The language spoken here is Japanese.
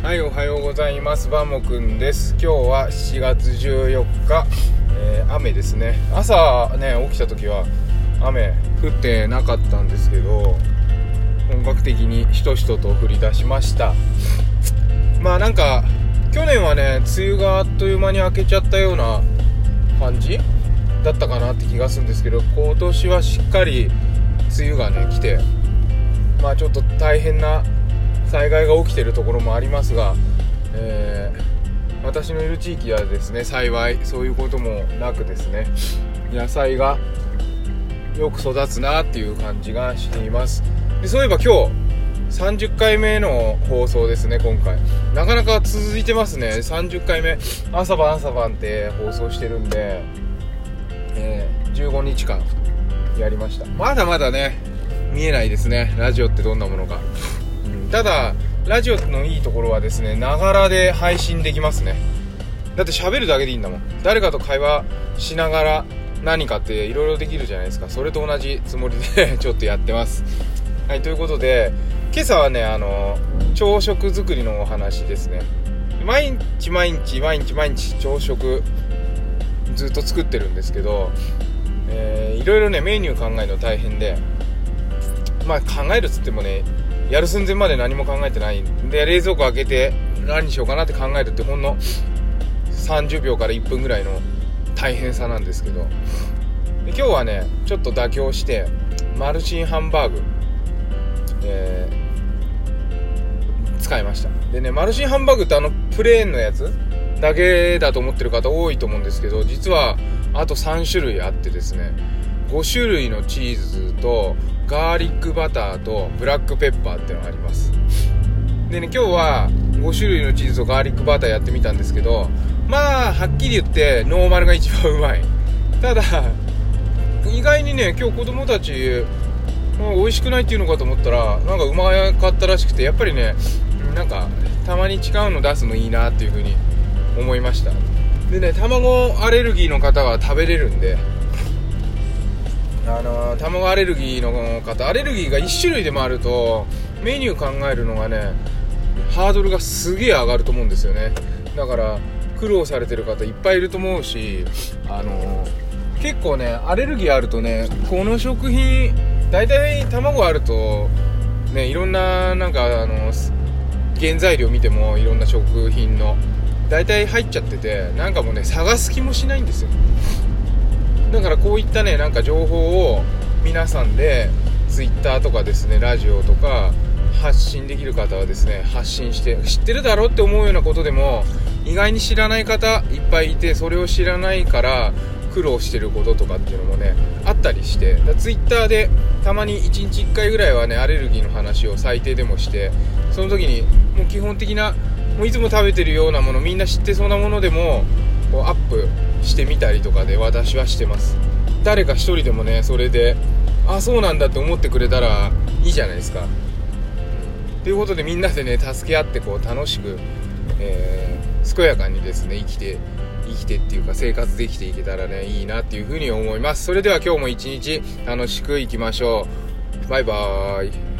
はい、おはようございます。バモくんです。今日は7月14日、雨ですね。朝ね起きた時は雨降ってなかったんですけど、本格的にしとしとと降り出しました。まあなんか去年はね梅雨があっという間に明けちゃったような感じだったかなって気がするんですけど、今年はしっかり梅雨がね来て、まあちょっと大変な災害が起きているところもありますが、私のいる地域はですね幸いそういうこともなくですね、野菜がよく育つなっていう感じがしています。でそういえば今日30回目の放送ですね。今回なかなか続いてますね。30回目朝晩って放送してるんで、15日間やりました。まだまだね見えないですね、ラジオってどんなものか。ただラジオのいいところはですね、ながらで配信できますね。だって喋るだけでいいんだもん。誰かと会話しながら何かっていろいろできるじゃないですか。それと同じつもりでちょっとやってます。はい、ということで今朝はね朝食作りのお話ですね。毎日朝食ずっと作ってるんですけど、いろいろねメニュー考えるの大変で、まあ考えるっつってもねやる寸前まで何も考えてないんで、冷蔵庫開けて何しようかなって考えるってほんの30秒から1分ぐらいの大変さなんですけど、で今日はねちょっと妥協してマルシンハンバーグ、使いました。でね、マルシンハンバーグってプレーンのやつだけだと思ってる方多いと思うんですけど、実はあと3種類あってですね、5種類のチーズとガーリックバターとブラックペッパーっていうのがあります。でね、今日は5種類のチーズとガーリックバターやってみたんですけど、まあはっきり言ってノーマルが一番うまい。ただ意外にね今日子供たち美味しくないっていうのかと思ったらなんかうまかったらしくて、やっぱりねなんかたまに違うの出すのいいなっていう風に思いました。でね、卵アレルギーの方は食べれるんで、卵アレルギーの方、アレルギーが1種類でもあるとメニュー考えるのがねハードルがすげえ上がると思うんですよね。だから苦労されてる方いっぱいいると思うし、結構ねアレルギーあるとね、この食品大体卵あるとね、いろんななんか原材料見てもいろんな食品の大体入っちゃってて、なんかもうね探す気もしないんですよ。だからこういったねなんか情報を皆さんでツイッターとかですねラジオとか発信できる方はですね発信して、知ってるだろって思うようなことでも意外に知らない方いっぱいいて、それを知らないから苦労してることとかっていうのもねあったりして、ツイッターでたまに1日1回ぐらいはねアレルギーの話を最低でもして、その時にもう基本的なもういつも食べてるようなもの、みんな知ってそうなものでもこうアップしてみたりとかで私はしてます。誰か一人でもねそれでそうなんだって思ってくれたらいいじゃないですか。ということでみんなでね助け合ってこう楽しく、健やかにですね生きてっていうか生活できていけたらねいいなっていうふうに思います。それでは今日も一日楽しくいきましょう。バイバーイ。